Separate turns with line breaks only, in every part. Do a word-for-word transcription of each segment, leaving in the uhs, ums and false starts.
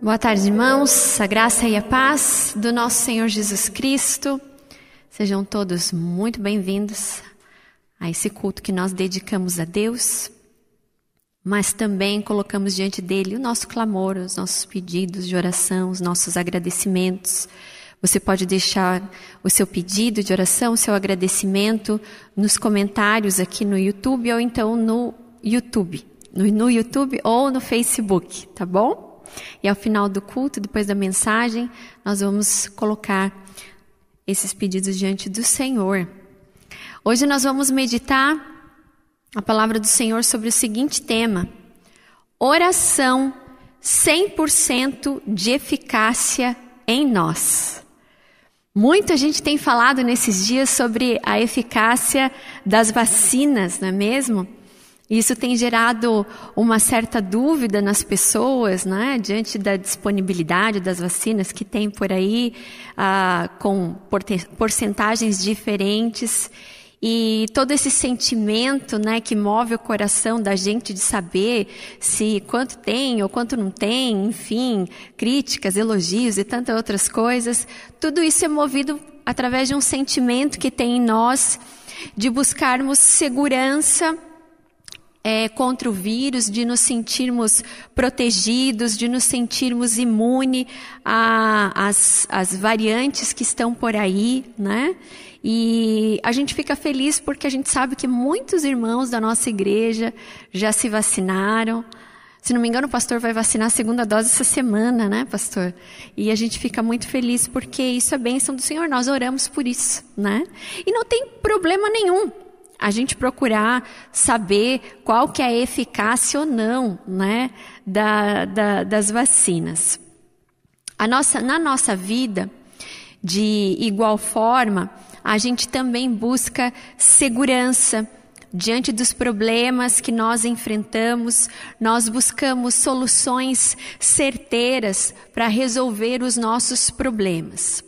Boa tarde, irmãos. A graça e a paz do nosso Senhor Jesus Cristo. Sejam todos muito bem-vindos a esse culto que nós dedicamos a Deus, mas também colocamos diante dele o nosso clamor, os nossos pedidos de oração, os nossos agradecimentos. Você pode deixar o seu pedido de oração, o seu agradecimento nos comentários aqui no YouTube ou então no YouTube, no, no YouTube ou no Facebook, tá bom? E ao final do culto, depois da mensagem, nós vamos colocar esses pedidos diante do Senhor. Hoje nós vamos meditar a palavra do Senhor sobre o seguinte tema: oração cem por cento de eficácia em nós. Muita gente tem falado nesses dias sobre a eficácia das vacinas, não é mesmo? Isso tem gerado uma certa dúvida nas pessoas, né, diante da disponibilidade das vacinas que tem por aí, ah, com porcentagens diferentes. E todo esse sentimento, né, que move o coração da gente de saber se quanto tem ou quanto não tem, enfim, críticas, elogios e tantas outras coisas, tudo isso é movido através de um sentimento que tem em nós de buscarmos segurança É, contra o vírus, de nos sentirmos protegidos, de nos sentirmos imunes às, às variantes que estão por aí, né? E a gente fica feliz porque a gente sabe que muitos irmãos da nossa igreja já se vacinaram. Se não me engano, o pastor vai vacinar a segunda dose essa semana, né, pastor? E a gente fica muito feliz porque isso é bênção do Senhor, nós oramos por isso, né? E não tem problema nenhum a gente procurar saber qual que é a eficácia ou não, né, da, da, das vacinas. A nossa, na nossa vida, de igual forma, a gente também busca segurança diante dos problemas que nós enfrentamos. Nós buscamos soluções certeiras para resolver os nossos problemas.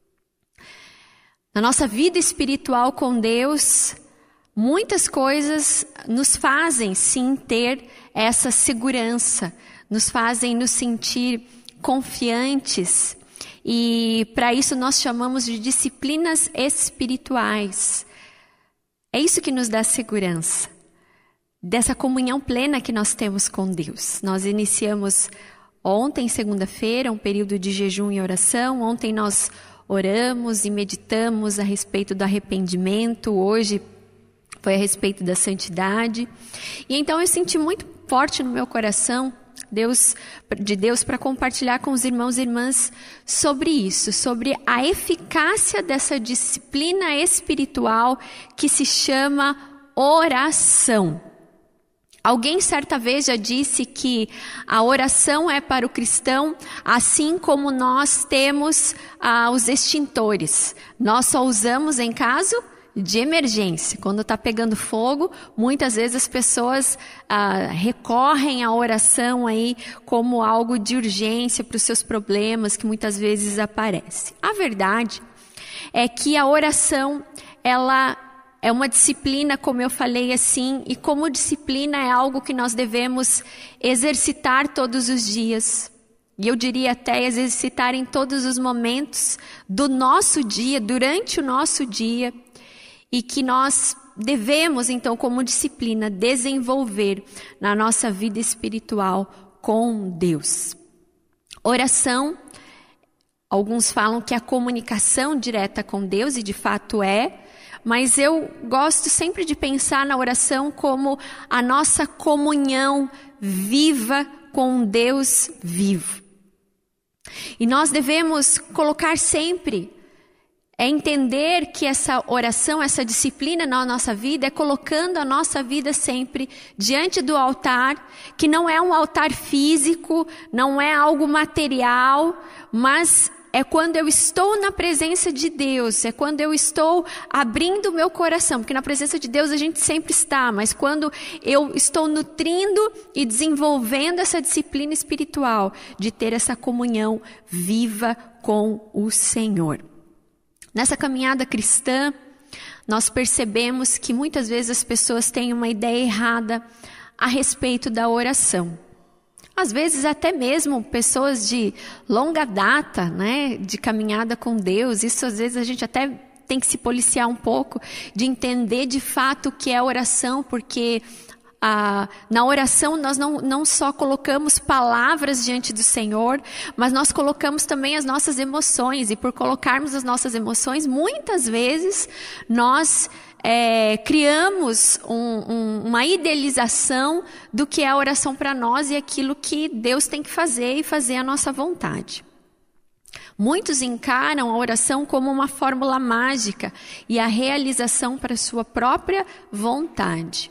Na nossa vida espiritual com Deus, muitas coisas nos fazem sim ter essa segurança, nos fazem nos sentir confiantes, e para isso nós chamamos de disciplinas espirituais. É isso que nos dá segurança, dessa comunhão plena que nós temos com Deus. Nós iniciamos ontem, segunda-feira, um período de jejum e oração. Ontem nós oramos e meditamos a respeito do arrependimento. Hoje foi a respeito da santidade. E então eu senti muito forte no meu coração Deus, de Deus para compartilhar com os irmãos e irmãs sobre isso, sobre a eficácia dessa disciplina espiritual que se chama oração. Alguém certa vez já disse que a oração é para o cristão assim como nós temos ah, os extintores. Nós só usamos em caso de emergência. Quando está pegando fogo, muitas vezes as pessoas ah, recorrem à oração aí como algo de urgência para os seus problemas que muitas vezes aparecem. A verdade é que a oração, ela é uma disciplina, como eu falei assim, e como disciplina é algo que nós devemos exercitar todos os dias. E eu diria até exercitar em todos os momentos do nosso dia, durante o nosso dia. E que nós devemos, então, como disciplina, desenvolver na nossa vida espiritual com Deus. Oração, alguns falam que é a comunicação direta com Deus, e de fato é, mas eu gosto sempre de pensar na oração como a nossa comunhão viva com Deus vivo. E nós devemos colocar sempre É entender que essa oração, essa disciplina na nossa vida é colocando a nossa vida sempre diante do altar, que não é um altar físico, não é algo material, mas é quando eu estou na presença de Deus, é quando eu estou abrindo o meu coração, porque na presença de Deus a gente sempre está, mas quando eu estou nutrindo e desenvolvendo essa disciplina espiritual, de ter essa comunhão viva com o Senhor. Nessa caminhada cristã, nós percebemos que muitas vezes as pessoas têm uma ideia errada a respeito da oração. às vezes até mesmo pessoas de longa data, né, de caminhada com Deus. Isso às vezes a gente até tem que se policiar um pouco, de entender de fato o que é oração, porque ah, na oração nós não, não só colocamos palavras diante do Senhor, mas nós colocamos também as nossas emoções, e por colocarmos as nossas emoções, muitas vezes nós é, criamos um, um, uma idealização do que é a oração para nós e aquilo que Deus tem que fazer e fazer a nossa vontade. Muitos encaram a oração como uma fórmula mágica e a realização para a sua própria vontade.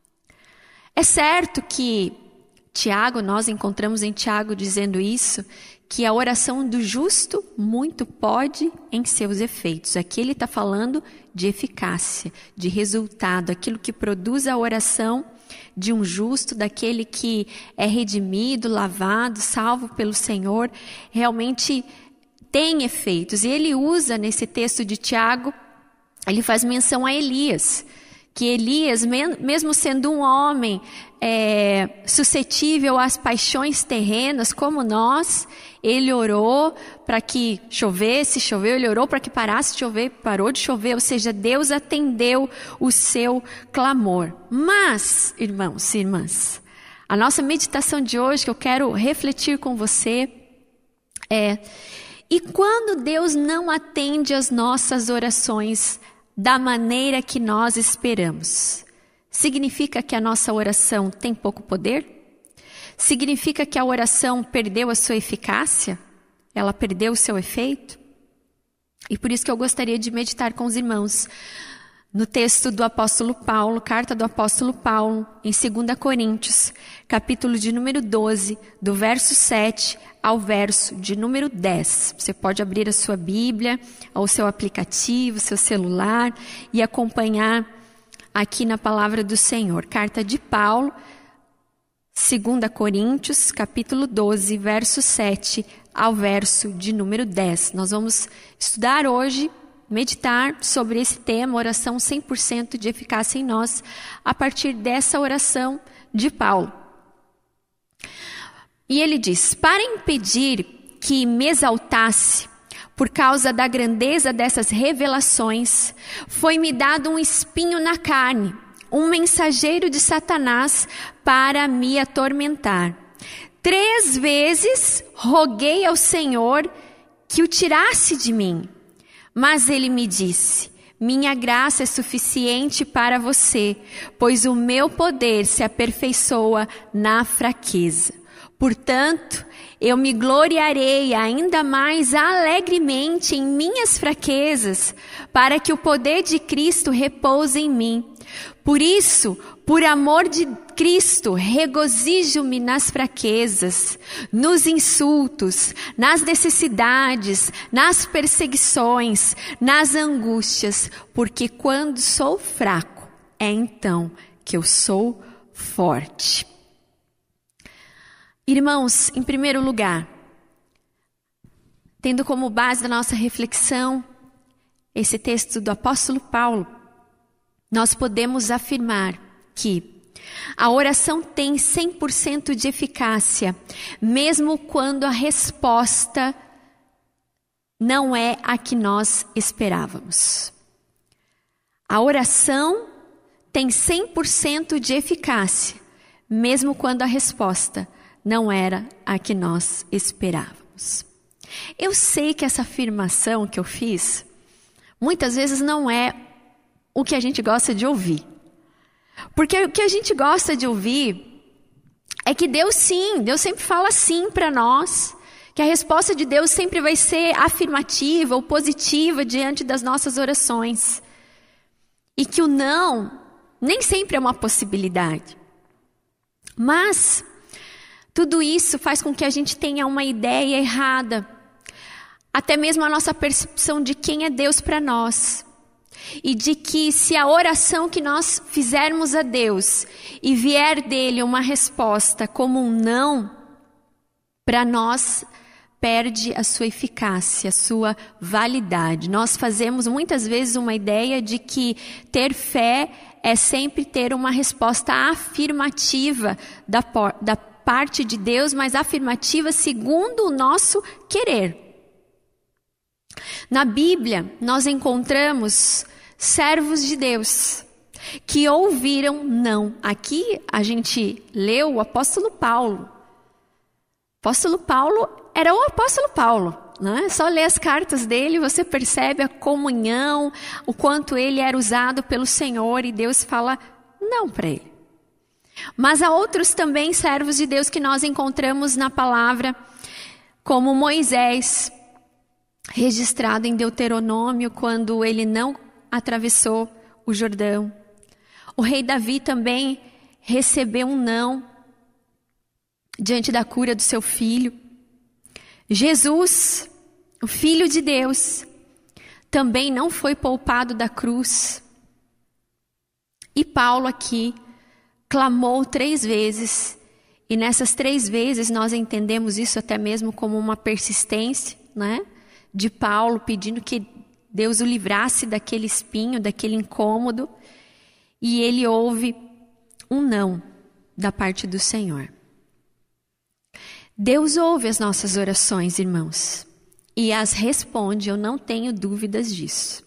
É certo que Tiago, nós encontramos em Tiago dizendo isso, que a oração do justo muito pode em seus efeitos. Aqui ele está falando de eficácia, de resultado, aquilo que produz a oração de um justo, daquele que é redimido, lavado, salvo pelo Senhor, realmente tem efeitos. E ele usa nesse texto de Tiago, ele faz menção a Elias, que Elias, mesmo sendo um homem é, suscetível às paixões terrenas como nós, ele orou para que chovesse, choveu, ele orou para que parasse de chover, parou de chover, ou seja, Deus atendeu o seu clamor. Mas, irmãos e irmãs, a nossa meditação de hoje, que eu quero refletir com você, é: e quando Deus não atende às nossas orações da maneira que nós esperamos, significa que a nossa oração tem pouco poder? Significa que a oração perdeu a sua eficácia? Ela perdeu o seu efeito? E por isso que eu gostaria de meditar com os irmãos no texto do apóstolo Paulo, carta do apóstolo Paulo, em segunda Coríntios, capítulo de número doze, do verso sete ao verso de número dez. Você pode abrir a sua Bíblia, ou o seu aplicativo, seu celular, e acompanhar aqui na palavra do Senhor. Carta de Paulo, segunda Coríntios, capítulo doze, verso sete ao verso de número dez. Nós vamos estudar hoje, meditar sobre esse tema, oração cem por cento de eficácia em nós, a partir dessa oração de Paulo. E ele diz: para impedir que me exaltasse por causa da grandeza dessas revelações, foi-me dado um espinho na carne, um mensageiro de Satanás para me atormentar. Três vezes roguei ao Senhor que o tirasse de mim. Mas ele me disse: minha graça é suficiente para você, pois o meu poder se aperfeiçoa na fraqueza. Portanto, eu me gloriarei ainda mais alegremente em minhas fraquezas, para que o poder de Cristo repouse em mim. Por isso, por amor de Cristo, regozijo-me nas fraquezas, nos insultos, nas necessidades, nas perseguições, nas angústias, porque quando sou fraco, é então que eu sou forte. Irmãos, em primeiro lugar, tendo como base da nossa reflexão esse texto do apóstolo Paulo, nós podemos afirmar que a oração tem cem por cento de eficácia, mesmo quando a resposta não é a que nós esperávamos. A oração tem cem por cento de eficácia, mesmo quando a resposta não era a que nós esperávamos. Eu sei que essa afirmação que eu fiz, muitas vezes não é o que a gente gosta de ouvir. Porque o que a gente gosta de ouvir é que Deus sim, Deus sempre fala sim para nós, que a resposta de Deus sempre vai ser afirmativa ou positiva diante das nossas orações. E que o não nem sempre é uma possibilidade. Mas tudo isso faz com que a gente tenha uma ideia errada, até mesmo a nossa percepção de quem é Deus para nós. E de que se a oração que nós fizermos a Deus e vier dele uma resposta como um não, para nós perde a sua eficácia, a sua validade. Nós fazemos muitas vezes uma ideia de que ter fé é sempre ter uma resposta afirmativa da, da parte de Deus, mas afirmativas segundo o nosso querer. Na Bíblia, nós encontramos servos de Deus que ouviram não. Aqui a gente leu o apóstolo Paulo. O apóstolo Paulo era o apóstolo Paulo, né? Só ler as cartas dele, você percebe a comunhão, o quanto ele era usado pelo Senhor e Deus fala não para ele. Mas há outros também servos de Deus que nós encontramos na palavra, como Moisés, registrado em Deuteronômio, quando ele não atravessou o Jordão. O rei Davi também recebeu um não diante da cura do seu filho. Jesus, o Filho de Deus, também não foi poupado da cruz. E Paulo aqui clamou três vezes, e nessas três vezes nós entendemos isso até mesmo como uma persistência, né, de Paulo pedindo que Deus o livrasse daquele espinho, daquele incômodo, e ele ouve um não da parte do Senhor. Deus ouve as nossas orações, irmãos, e as responde, eu não tenho dúvidas disso.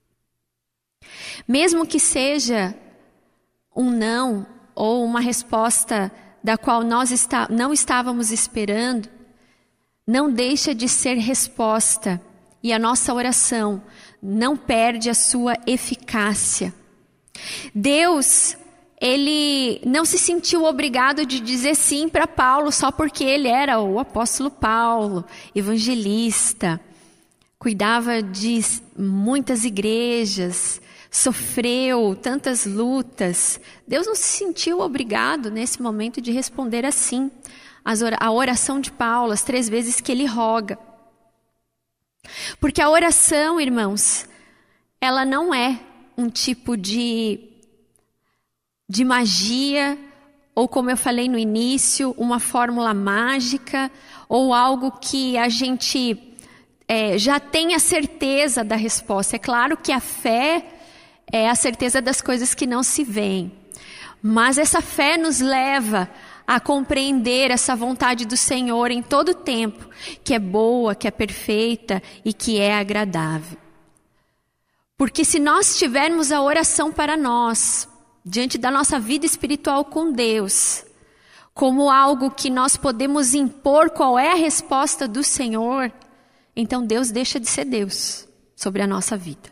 Mesmo que seja um não ou uma resposta da qual nós está, não estávamos esperando, não deixa de ser resposta, e a nossa oração não perde a sua eficácia. Deus, ele não se sentiu obrigado de dizer sim para Paulo só porque ele era o apóstolo Paulo, evangelista, cuidava de muitas igrejas, sofreu tantas lutas. Deus não se sentiu obrigado nesse momento de responder assim a oração de Paulo, as três vezes que ele roga. Porque a oração, irmãos, ela não é um tipo de, de magia, ou como eu falei no início, uma fórmula mágica, ou algo que a gente é, já tem a certeza da resposta. É claro que a fé é a certeza das coisas que não se veem, mas essa fé nos leva a compreender essa vontade do Senhor em todo o tempo, que é boa, que é perfeita e que é agradável. Porque se nós tivermos a oração para nós, diante da nossa vida espiritual com Deus, como algo que nós podemos impor qual é a resposta do Senhor, então Deus deixa de ser Deus sobre a nossa vida.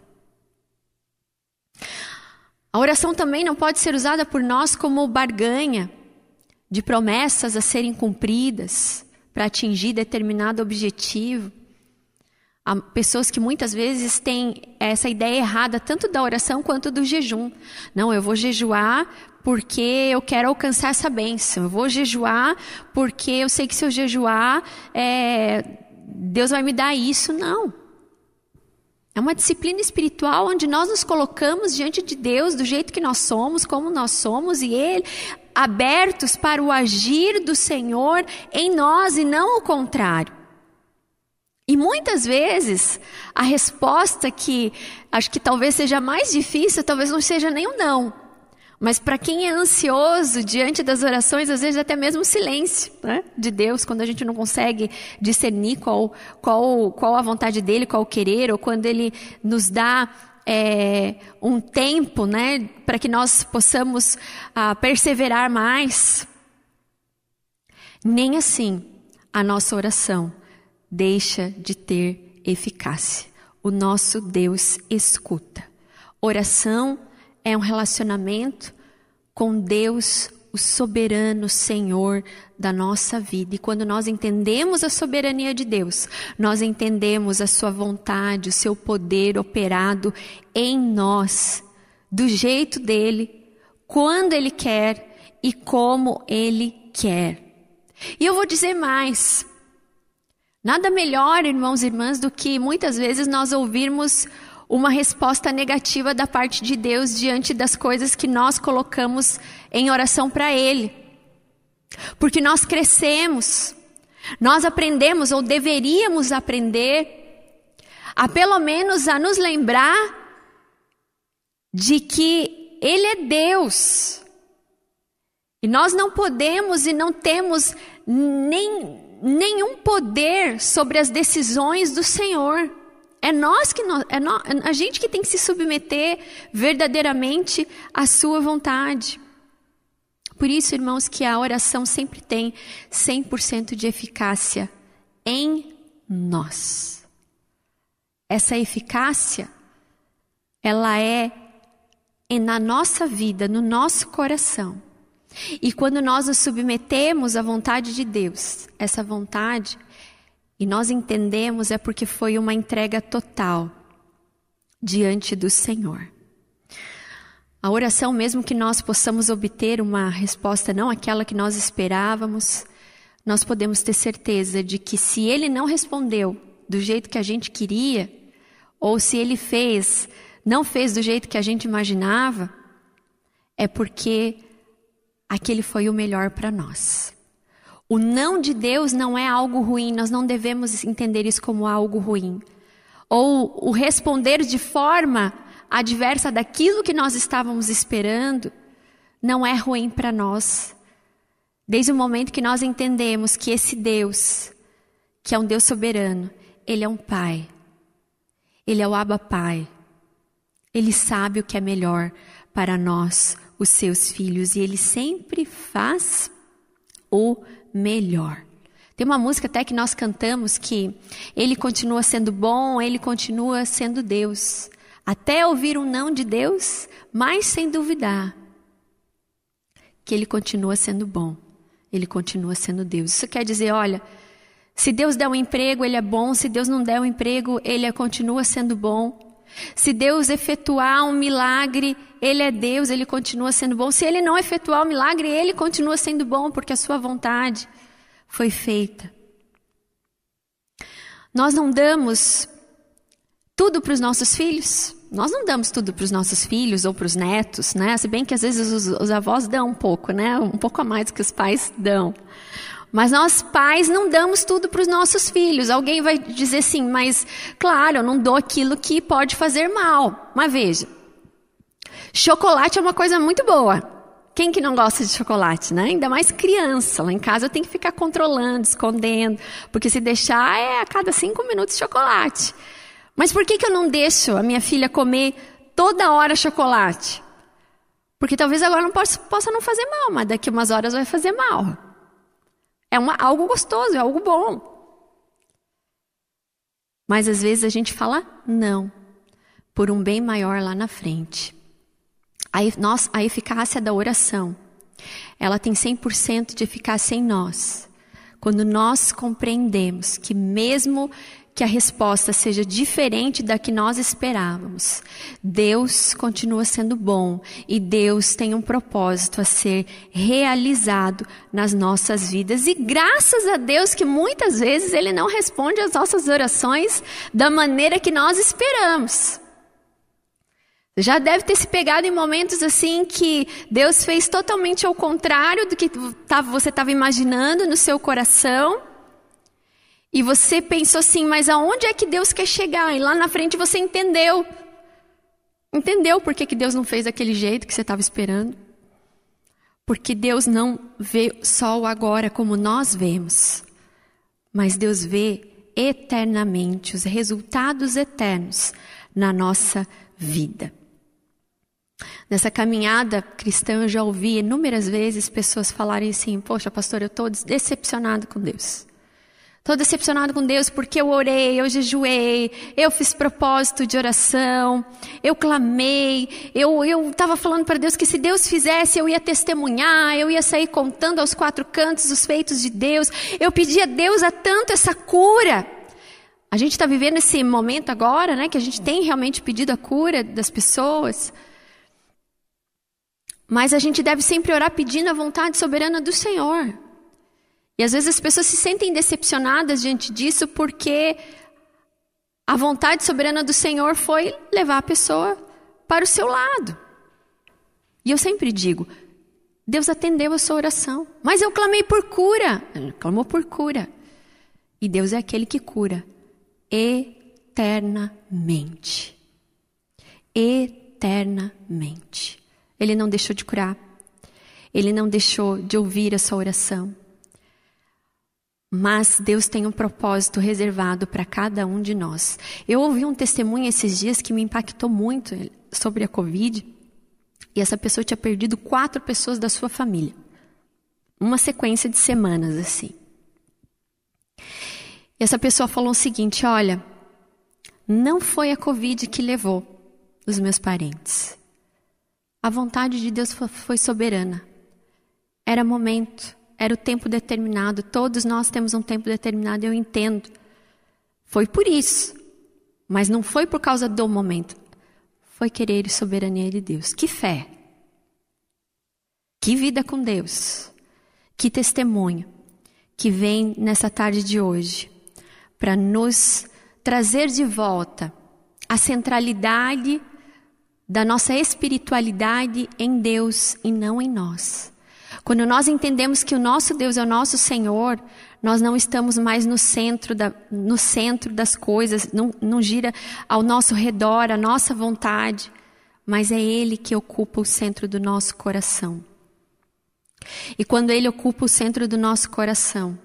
A oração também não pode ser usada por nós como barganha de promessas a serem cumpridas para atingir determinado objetivo. Há pessoas que muitas vezes têm essa ideia errada, tanto da oração quanto do jejum. Não, eu vou jejuar porque eu quero alcançar essa bênção. Eu vou jejuar porque eu sei que se eu jejuar, é, Deus vai me dar isso. Não. É uma disciplina espiritual onde nós nos colocamos diante de Deus do jeito que nós somos, como nós somos, e Ele, abertos para o agir do Senhor em nós e não o contrário. E muitas vezes a resposta que acho que talvez seja mais difícil, talvez não seja nem o não. Mas para quem é ansioso diante das orações, às vezes até mesmo o silêncio, né, de Deus, quando a gente não consegue discernir qual, qual, qual a vontade dele, qual o querer, ou quando ele nos dá é, um tempo, né, para que nós possamos ah, perseverar mais. Nem assim a nossa oração deixa de ter eficácia. O nosso Deus escuta. Oração é um relacionamento com Deus, o soberano Senhor da nossa vida. E quando nós entendemos a soberania de Deus, nós entendemos a sua vontade, o seu poder operado em nós, do jeito dele, quando ele quer e como ele quer. E eu vou dizer mais. Nada melhor, irmãos e irmãs, do que muitas vezes nós ouvirmos uma resposta negativa da parte de Deus diante das coisas que nós colocamos em oração para Ele. Porque nós crescemos, nós aprendemos ou deveríamos aprender a pelo menos a nos lembrar de que Ele é Deus. E nós não podemos e não temos nem, nenhum poder sobre as decisões do Senhor. É nós que nós, é no, a gente que tem que se submeter verdadeiramente à sua vontade. Por isso, irmãos, que a oração sempre tem cem por cento de eficácia em nós. Essa eficácia, ela é, é na nossa vida, no nosso coração. E quando nós nos submetemos à vontade de Deus, essa vontade, e nós entendemos, é porque foi uma entrega total diante do Senhor. A oração, mesmo que nós possamos obter uma resposta não aquela que nós esperávamos, nós podemos ter certeza de que se Ele não respondeu do jeito que a gente queria, ou se Ele fez, não fez do jeito que a gente imaginava, é porque aquele foi o melhor para nós. O não de Deus não é algo ruim, nós não devemos entender isso como algo ruim. Ou o responder de forma adversa daquilo que nós estávamos esperando, não é ruim para nós. Desde o momento que nós entendemos que esse Deus, que é um Deus soberano, Ele é um Pai. Ele é o Abba Pai. Ele sabe o que é melhor para nós, os seus filhos, e Ele sempre faz o melhor. Tem uma música até que nós cantamos que Ele continua sendo bom, Ele continua sendo Deus. Até ouvir um não de Deus, mas sem duvidar que Ele continua sendo bom. Ele continua sendo Deus. Isso quer dizer, olha, se Deus der um emprego, Ele é bom. Se Deus não der um emprego, Ele continua sendo bom. Se Deus efetuar um milagre, Ele é Deus, Ele continua sendo bom. Se Ele não efetuar o milagre, Ele continua sendo bom, porque a sua vontade foi feita. Nós não damos tudo para os nossos filhos. Nós não damos tudo para os nossos filhos ou para os netos, né? Se bem que às vezes os, os avós dão um pouco, né? Um pouco a mais do que os pais dão. Mas nós pais não damos tudo para os nossos filhos. Alguém vai dizer assim, mas claro, eu não dou aquilo que pode fazer mal. Mas veja, chocolate é uma coisa muito boa. Quem que não gosta de chocolate, né? Ainda mais criança. Lá em casa eu tenho que ficar controlando, escondendo. Porque se deixar é a cada cinco minutos chocolate. Mas por que que eu não deixo a minha filha comer toda hora chocolate? Porque talvez agora não possa, possa não fazer mal, mas daqui umas horas vai fazer mal. É uma, algo gostoso, é algo bom. Mas às vezes a gente fala não, por um bem maior lá na frente. A, nós, a eficácia da oração, ela tem cem por cento de eficácia em nós. Quando nós compreendemos que mesmo que a resposta seja diferente da que nós esperávamos, Deus continua sendo bom e Deus tem um propósito a ser realizado nas nossas vidas. E graças a Deus que muitas vezes Ele não responde às nossas orações da maneira que nós esperamos. Já deve ter se pegado em momentos assim que Deus fez totalmente ao contrário do que você estava imaginando no seu coração. E você pensou assim, mas aonde é que Deus quer chegar? E lá na frente você entendeu. Entendeu por que que Deus não fez daquele jeito que você estava esperando? Porque Deus não vê só o agora como nós vemos. Mas Deus vê eternamente os resultados eternos na nossa vida. Nessa caminhada cristã eu já ouvi inúmeras vezes pessoas falarem assim, poxa pastor, eu estou decepcionado com Deus. Estou decepcionado com Deus porque eu orei, eu jejuei, eu fiz propósito de oração, eu clamei, eu estava falando para Deus que se Deus fizesse eu ia testemunhar, eu ia sair contando aos quatro cantos os feitos de Deus, eu pedi a Deus há tanto essa cura. A gente está vivendo esse momento agora, né, que a gente tem realmente pedido a cura das pessoas, mas a gente deve sempre orar pedindo a vontade soberana do Senhor. E às vezes as pessoas se sentem decepcionadas diante disso porque a vontade soberana do Senhor foi levar a pessoa para o seu lado. E eu sempre digo, Deus atendeu a sua oração, mas eu clamei por cura. Ele clamou por cura. E Deus é aquele que cura eternamente. Eternamente. Ele não deixou de curar. Ele não deixou de ouvir a sua oração. Mas Deus tem um propósito reservado para cada um de nós. Eu ouvi um testemunho esses dias que me impactou muito sobre a Covid. E essa pessoa tinha perdido quatro pessoas da sua família. Uma sequência de semanas assim. E essa pessoa falou o seguinte: olha, não foi a Covid que levou os meus parentes. A vontade de Deus foi soberana. Era momento, era o tempo determinado. Todos nós temos um tempo determinado, eu entendo. Foi por isso, mas não foi por causa do momento. Foi querer e soberania de Deus. Que fé! Que vida com Deus! Que testemunho que vem nessa tarde de hoje para nos trazer de volta a centralidade da nossa espiritualidade em Deus e não em nós. Quando nós entendemos que o nosso Deus é o nosso Senhor, nós não estamos mais no centro, da, no centro das coisas, não, não gira ao nosso redor a nossa vontade, mas é Ele que ocupa o centro do nosso coração. E quando Ele ocupa o centro do nosso coração,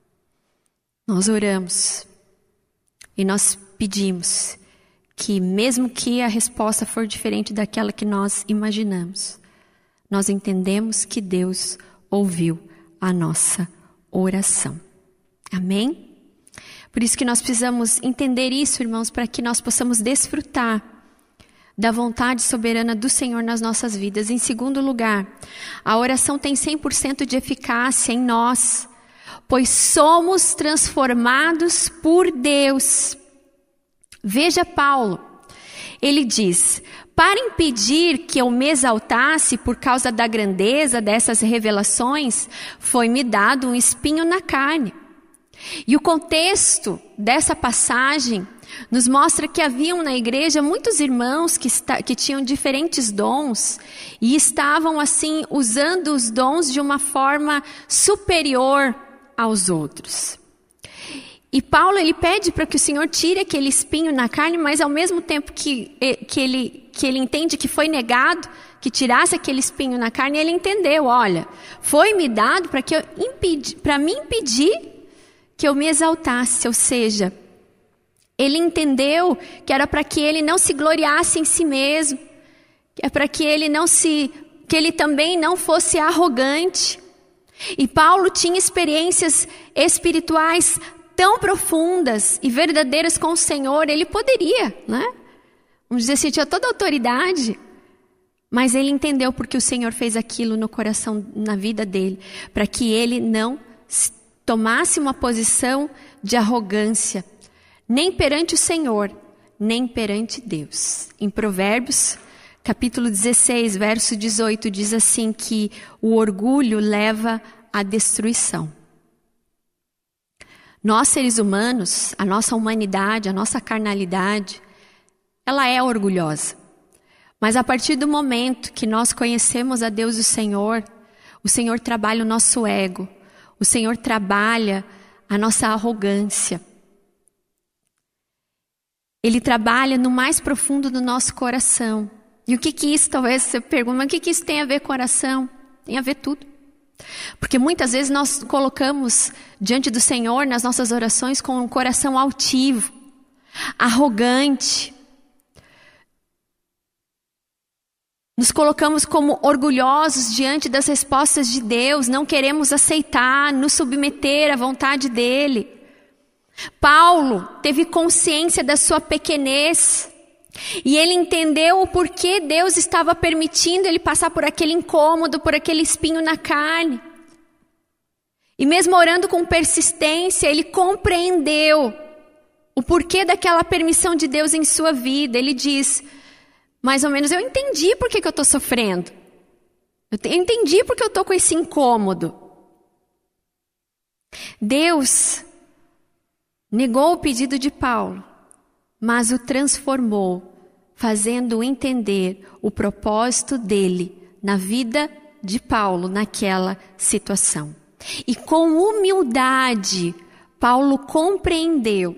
nós oramos e nós pedimos que, mesmo que a resposta for diferente daquela que nós imaginamos, nós entendemos que Deus ouviu a nossa oração. Amém? Por isso que nós precisamos entender isso, irmãos, para que nós possamos desfrutar da vontade soberana do Senhor nas nossas vidas. Em segundo lugar, a oração tem cem por cento de eficácia em nós, pois somos transformados por Deus. Veja Paulo, ele diz: para impedir que eu me exaltasse por causa da grandeza dessas revelações, foi-me dado um espinho na carne. E o contexto dessa passagem nos mostra que haviam na igreja muitos irmãos que, está, que tinham diferentes dons e estavam assim usando os dons de uma forma superior aos outros. E Paulo, ele pede para que o Senhor tire aquele espinho na carne, mas ao mesmo tempo que, que, ele, que ele entende que foi negado, que tirasse aquele espinho na carne, ele entendeu: olha, foi-me dado para que eu impedi, para me impedir que eu me exaltasse, ou seja, ele entendeu que era para que ele não se gloriasse em si mesmo, que é para que ele não se, que ele também não fosse arrogante. E Paulo tinha experiências espirituais tão profundas e verdadeiras com o Senhor, ele poderia, né? Vamos dizer assim, tinha toda a autoridade, mas ele entendeu porque o Senhor fez aquilo no coração, na vida dele, para que ele não tomasse uma posição de arrogância, nem perante o Senhor, nem perante Deus. Em Provérbios, capítulo dezesseis, verso dezoito, diz assim que o orgulho leva à destruição. Nós, seres humanos, a nossa humanidade, a nossa carnalidade, ela é orgulhosa. Mas a partir do momento que nós conhecemos a Deus, o Senhor, o Senhor trabalha o nosso ego, o Senhor trabalha a nossa arrogância. Ele trabalha no mais profundo do nosso coração. E o que que isso, talvez você pergunte, mas o que que isso tem a ver com oração? Tem a ver tudo. Porque muitas vezes nós colocamos diante do Senhor nas nossas orações com um coração altivo, arrogante. Nos colocamos como orgulhosos diante das respostas de Deus, não queremos aceitar, nos submeter à vontade dEle. Paulo teve consciência da sua pequenez e ele entendeu o porquê Deus estava permitindo ele passar por aquele incômodo, por aquele espinho na carne. E mesmo orando com persistência, ele compreendeu o porquê daquela permissão de Deus em sua vida. Ele diz, mais ou menos, eu entendi por que, que eu estou sofrendo. Eu entendi por que eu estou com esse incômodo. Deus negou o pedido de Paulo, mas o transformou, fazendo-o entender o propósito dele na vida de Paulo naquela situação. E com humildade, Paulo compreendeu.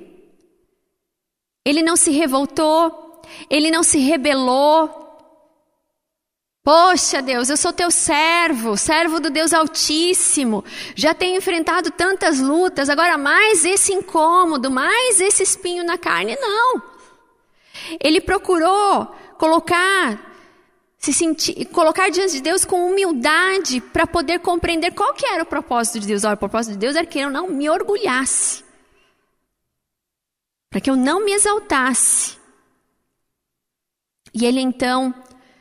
Ele não se revoltou, ele não se rebelou. Poxa Deus, eu sou teu servo, servo do Deus Altíssimo, já tenho enfrentado tantas lutas, agora mais esse incômodo, mais esse espinho na carne. Não. Ele procurou colocar, se sentir, colocar diante de Deus com humildade para poder compreender qual que era o propósito de Deus. Olha, o propósito de Deus era que eu não me orgulhasse, para que eu não me exaltasse. E ele então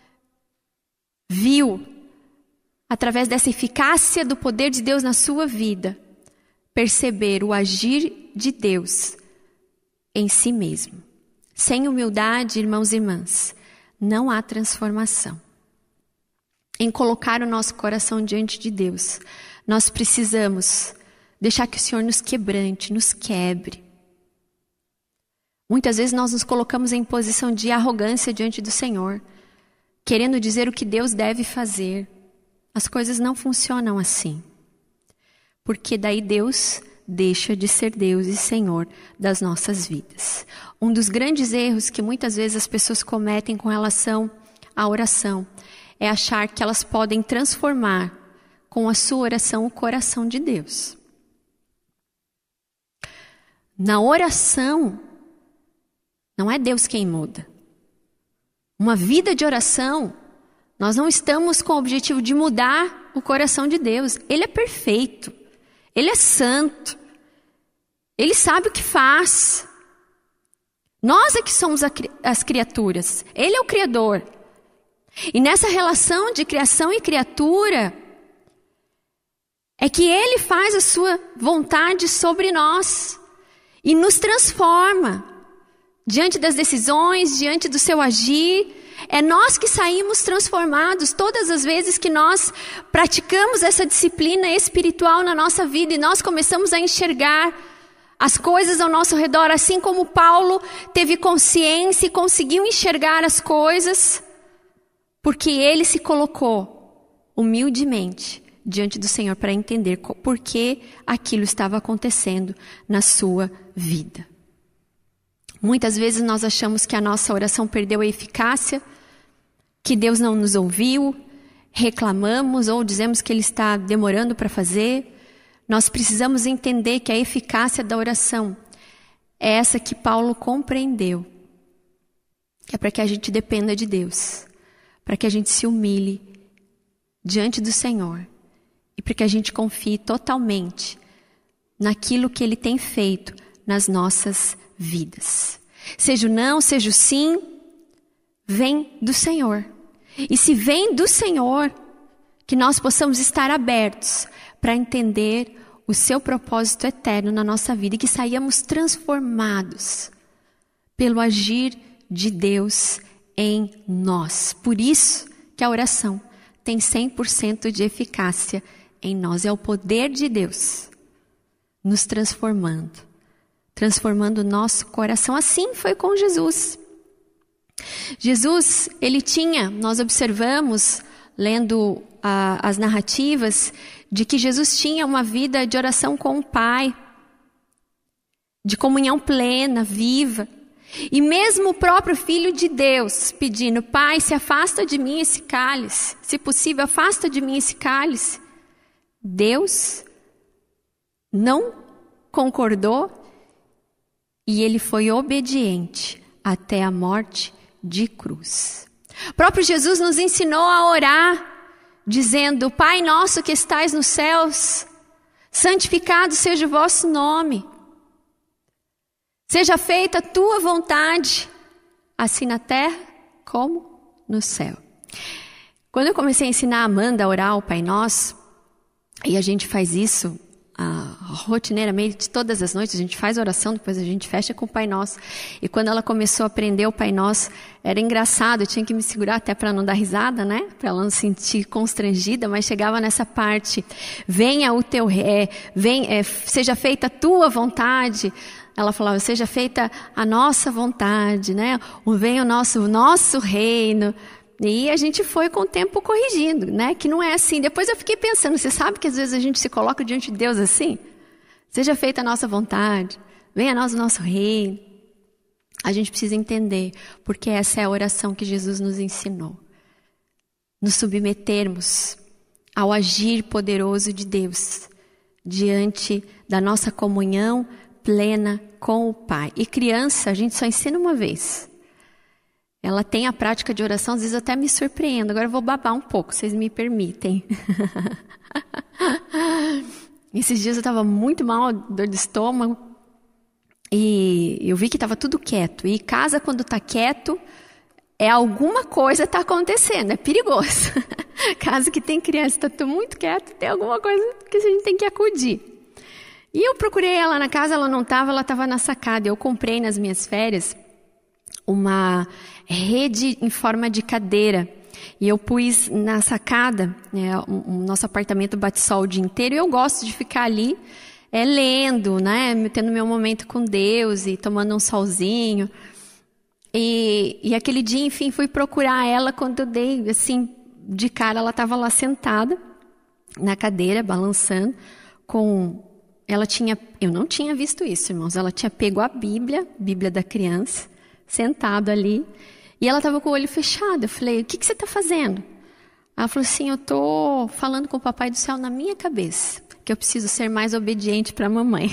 viu, através dessa eficácia do poder de Deus na sua vida, perceber o agir de Deus em si mesmo. Sem humildade, irmãos e irmãs, não há transformação. Em colocar o nosso coração diante de Deus, nós precisamos deixar que o Senhor nos quebrante, nos quebre. Muitas vezes nós nos colocamos em posição de arrogância diante do Senhor, querendo dizer o que Deus deve fazer. As coisas não funcionam assim. Porque daí Deus deixa de ser Deus e Senhor das nossas vidas. Um dos grandes erros que muitas vezes as pessoas cometem com relação à oração é achar que elas podem transformar com a sua oração o coração de Deus. Na oração, não é Deus quem muda. Uma vida de oração, nós não estamos com o objetivo de mudar o coração de Deus. Ele é perfeito, Ele é santo, Ele sabe o que faz. Nós é que somos as criaturas, Ele é o Criador. E nessa relação de criação e criatura, é que Ele faz a sua vontade sobre nós e nos transforma. Diante das decisões, diante do seu agir, é nós que saímos transformados todas as vezes que nós praticamos essa disciplina espiritual na nossa vida e nós começamos a enxergar as coisas ao nosso redor, assim como Paulo teve consciência e conseguiu enxergar as coisas, porque ele se colocou humildemente diante do Senhor para entender por que aquilo estava acontecendo na sua vida. Muitas vezes nós achamos que a nossa oração perdeu a eficácia, que Deus não nos ouviu, reclamamos ou dizemos que Ele está demorando para fazer. Nós precisamos entender que a eficácia da oração é essa que Paulo compreendeu, que é para que a gente dependa de Deus, para que a gente se humilhe diante do Senhor e para que a gente confie totalmente naquilo que Ele tem feito nas nossas vidas. Seja o não, seja o sim, vem do Senhor. E se vem do Senhor, que nós possamos estar abertos para entender o seu propósito eterno na nossa vida e que saiamos transformados pelo agir de Deus em nós. Por isso que a oração tem cem por cento de eficácia em nós. É o poder de Deus nos transformando. Transformando o nosso coração. Assim foi com Jesus. Jesus, ele tinha, nós observamos, lendo ah, as narrativas, de que Jesus tinha uma vida de oração com o Pai, de comunhão plena, viva. E mesmo o próprio Filho de Deus pedindo: Pai, se afasta de mim esse cálice, se possível, afasta de mim esse cálice. Deus não concordou e ele foi obediente até a morte de cruz. O próprio Jesus nos ensinou a orar, dizendo: Pai nosso que estais nos céus, santificado seja o vosso nome. Seja feita a tua vontade, assim na terra como no céu. Quando eu comecei a ensinar a Amanda a orar o Pai Nosso, e a gente faz isso ah, rotineiramente, todas as noites, a gente faz oração, depois a gente fecha com o Pai Nosso. E quando ela começou a aprender o Pai Nosso, era engraçado, eu tinha que me segurar até para não dar risada, né? Para ela não se sentir constrangida, mas chegava nessa parte: venha o teu é, vem, é, seja feita a tua vontade. Ela falava: seja feita a nossa vontade, né? Venha o nosso, o nosso reino. E a gente foi com o tempo corrigindo, né? Que não é assim. Depois eu fiquei pensando, você sabe que às vezes a gente se coloca diante de Deus assim? Seja feita a nossa vontade, venha a nós o nosso reino. A gente precisa entender, porque essa é a oração que Jesus nos ensinou. nos submetermos ao agir poderoso de Deus, diante da nossa comunhão plena com o Pai. E criança, a gente só ensina uma vez. Ela tem a prática de oração, às vezes eu até me surpreendo. Agora eu vou babar um pouco, vocês me permitem. Esses dias eu estava muito mal, dor de estômago, e eu vi que estava tudo quieto. E casa, quando está quieto, é alguma coisa está acontecendo, é perigoso. Casa que tem criança, está tudo muito quieto, tem alguma coisa que a gente tem que acudir. E eu procurei ela na casa, ela não estava, ela estava na sacada. Eu comprei nas minhas férias uma rede em forma de cadeira. E eu pus na sacada, né, o, o nosso apartamento bate sol o dia inteiro, e eu gosto de ficar ali é, lendo, né, tendo meu momento com Deus e tomando um solzinho. E, e aquele dia, enfim, fui procurar ela. Quando eu dei, assim, de cara, ela estava lá sentada na cadeira, balançando, com... Ela tinha... Eu não tinha visto isso, irmãos. Ela tinha pego a Bíblia, Bíblia da criança, sentado ali, e ela estava com o olho fechado. Eu falei, o que, que você está fazendo? Ela falou assim, eu estou falando com o Papai do Céu na minha cabeça, que eu preciso ser mais obediente para a mamãe.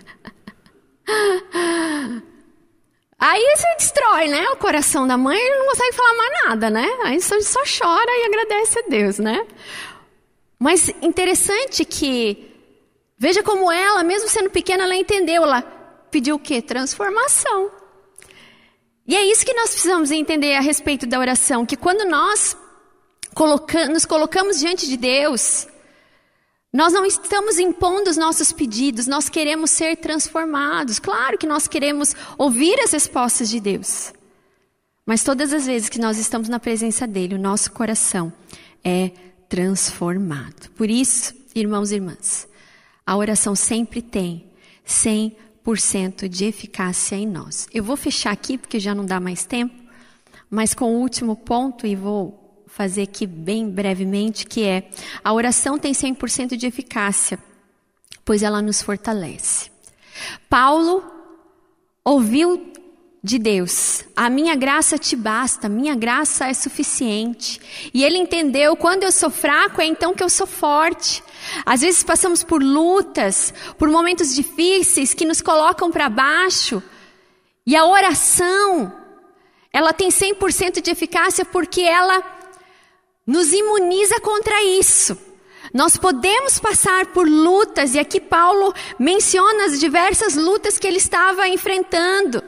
Aí você destrói, né, o coração da mãe, ele não consegue falar mais nada, né? Aí só, só chora e agradece a Deus, né? Mas interessante que, veja como ela, mesmo sendo pequena, ela entendeu, ela pediu o quê? Transformação. E é isso que nós precisamos entender a respeito da oração, que quando nós coloca, nos colocamos diante de Deus, nós não estamos impondo os nossos pedidos, nós queremos ser transformados. Claro que nós queremos ouvir as respostas de Deus. Mas todas as vezes que nós estamos na presença dEle, o nosso coração é transformado. Por isso, irmãos e irmãs, a oração sempre tem cem por cento de eficácia em nós. Eu vou fechar aqui porque já não dá mais tempo, mas com o último ponto, e vou fazer aqui bem brevemente, que é: a oração tem cem por cento de eficácia, pois ela nos fortalece. Paulo ouviu de Deus, a minha graça te basta, a minha graça é suficiente. E ele entendeu, quando eu sou fraco, é então que eu sou forte. Às vezes passamos por lutas, por momentos difíceis que nos colocam para baixo. E a oração, ela tem cem por cento de eficácia porque ela nos imuniza contra isso. Nós podemos passar por lutas, e aqui Paulo menciona as diversas lutas que ele estava enfrentando.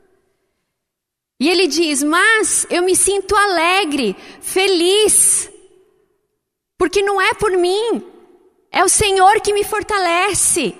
E ele diz, mas eu me sinto alegre, feliz, porque não é por mim, é o Senhor que me fortalece.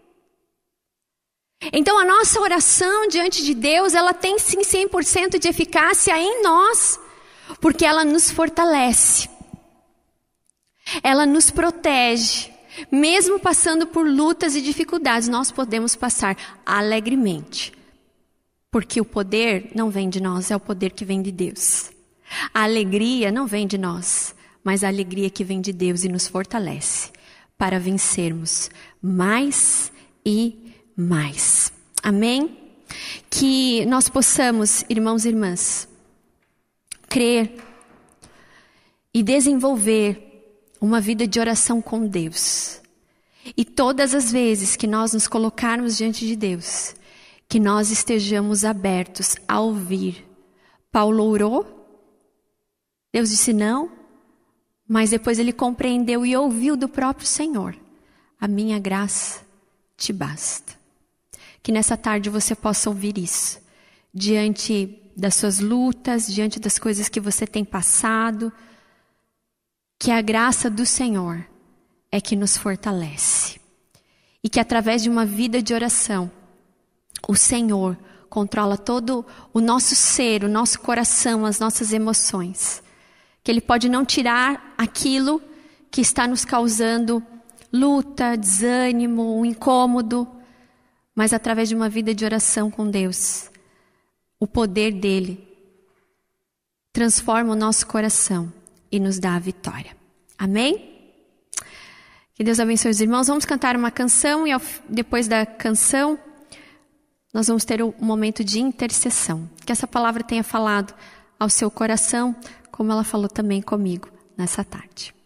Então a nossa oração diante de Deus, ela tem sim cem por cento de eficácia em nós, porque ela nos fortalece, ela nos protege. Mesmo passando por lutas e dificuldades, nós podemos passar alegremente, porque o poder não vem de nós, é o poder que vem de Deus. A alegria não vem de nós, mas a alegria que vem de Deus e nos fortalece para vencermos mais e mais. Amém? Que nós possamos, irmãos e irmãs, crer e desenvolver uma vida de oração com Deus. E todas as vezes que nós nos colocarmos diante de Deus, que nós estejamos abertos a ouvir. Paulo orou, Deus disse não, mas depois ele compreendeu e ouviu do próprio Senhor: a minha graça te basta. Que nessa tarde você possa ouvir isso, diante das suas lutas, diante das coisas que você tem passado, que a graça do Senhor é que nos fortalece. E que através de uma vida de oração, o Senhor controla todo o nosso ser, o nosso coração, as nossas emoções. Que Ele pode não tirar aquilo que está nos causando luta, desânimo, um incômodo, mas através de uma vida de oração com Deus, o poder dEle transforma o nosso coração e nos dá a vitória. Amém? Que Deus abençoe os irmãos. Vamos cantar uma canção e ao, depois da canção nós vamos ter um momento de intercessão. Que essa palavra tenha falado ao seu coração, como ela falou também comigo, nessa tarde.